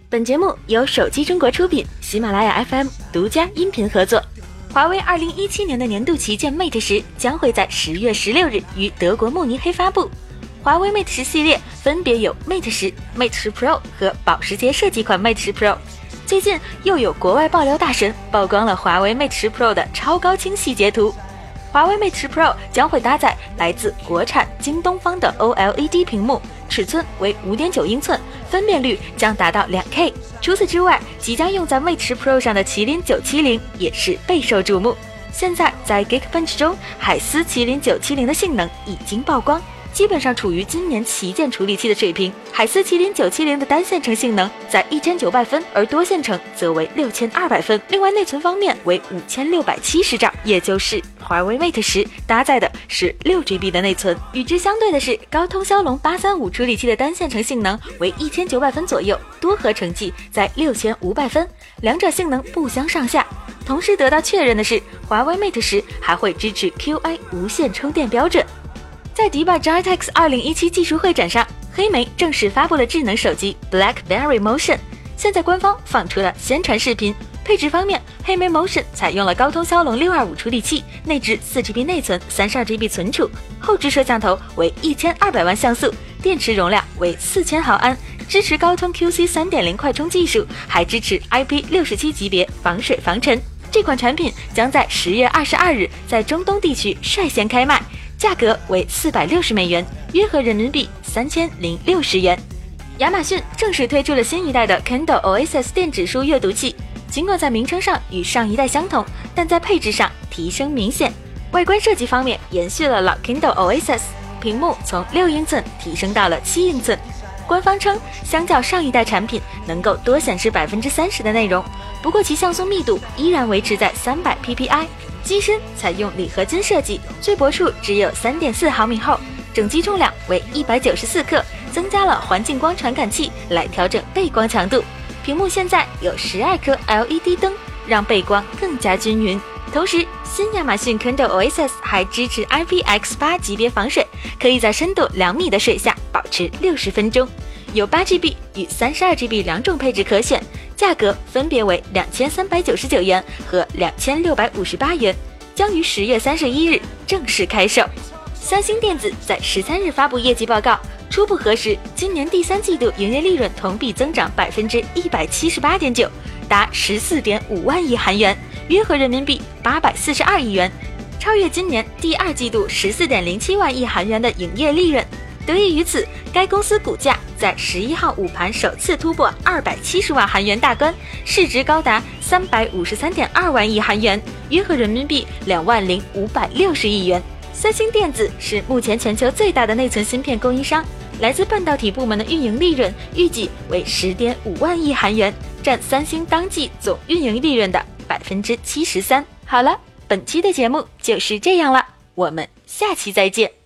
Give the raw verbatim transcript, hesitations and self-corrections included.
本节目由手机中国出品，喜马拉雅 F M 独家音频合作。华为二零一七年的年度旗舰 Mate 十将会在十月十六日于德国慕尼黑发布。华为 Mate 十系列分别有 Mate 十、Mate 十 Pro 和保时捷设计款 Mate 十 Pro。最近又有国外爆料大神曝光了华为 Mate 十 Pro 的超高清细节图。华为 Mate 十 Pro 将会搭载来自国产京东方的 O L E D 屏幕，尺寸为 五点九英寸，分辨率将达到 两 K。 除此之外，即将用在 Mate 十 Pro 上的麒麟九七零也是备受瞩目。现在在 Geekbench 中，海思麒麟九七零的性能已经曝光，基本上处于今年旗舰处理器的水平。海思麒麟九七零的单线程性能在一千九百分，而多线程则为六千二百分。另外内存方面为五千六百七十兆，也就是华为 Mate 十搭载的是 六 G B 的内存。与之相对的是，高通骁龙八三五处理器的单线程性能为一千九百分左右，多核成绩在六千五百分，两者性能不相上下。同时得到确认的是，华为 Mate 十还会支持 Q A 无线充电标准。在迪拜 Gitex 二零一七技术会展上，黑莓正式发布了智能手机 BlackBerry Motion。 现在官方放出了宣传视频。配置方面，黑莓 Motion 采用了高通骁龙六二五处理器，内置 四 G B 内存， 三十二 G B 存储，后置摄像头为一千二百万像素，电池容量为四千毫安，支持高通 Q C 三点零 快充技术，还支持 I P 六十七级别防水防尘。这款产品将在十月二十二日在中东地区率先开卖，价格为四百六十美元，约合人民币三千零六十元。亚马逊正式推出了新一代的 Kindle Oasis 电子书阅读器，尽管在名称上与上一代相同，但在配置上提升明显。外观设计方面延续了老 Kindle Oasis， 屏幕从六英寸提升到了七英寸。官方称，相较上一代产品能够多显示 百分之三十 的内容，不过其像素密度依然维持在 三百 P P I。 机身采用铝合金设计，最薄处只有 三点四毫米厚，整机重量为一百九十四克，增加了环境光传感器来调整背光强度。屏幕现在有十二颗 L E D 灯，让背光更加均匀。同时，新亚马逊 Kindle Oasis 还支持 I P X 八 级别防水，可以在深度两米的水下保持六十分钟。有 八 G B 与 三十二 G B 两种配置可选，价格分别为两千三百九十九元和两千六百五十八元，将于十月三十一日正式开售。三星电子在十三日发布业绩报告，初步核实今年第三季度营业利润同比增长 百分之一百七十八点九， 达 十四点五万亿韩元，约合人民币八百四十二亿元，超越今年第二季度 十四点零七万亿韩元的营业利润。得益于此，该公司股价在十一号午盘首次突破二百七十万韩元大关，市值高达 三百五十三点二万亿韩元，约合人民币两万零五百六十亿元。三星电子是目前全球最大的内存芯片供应商，来自半导体部门的运营利润预计为 十点五万亿韩元，占三星当季总运营利润的 百分之七十三。 好了，本期的节目就是这样了，我们下期再见。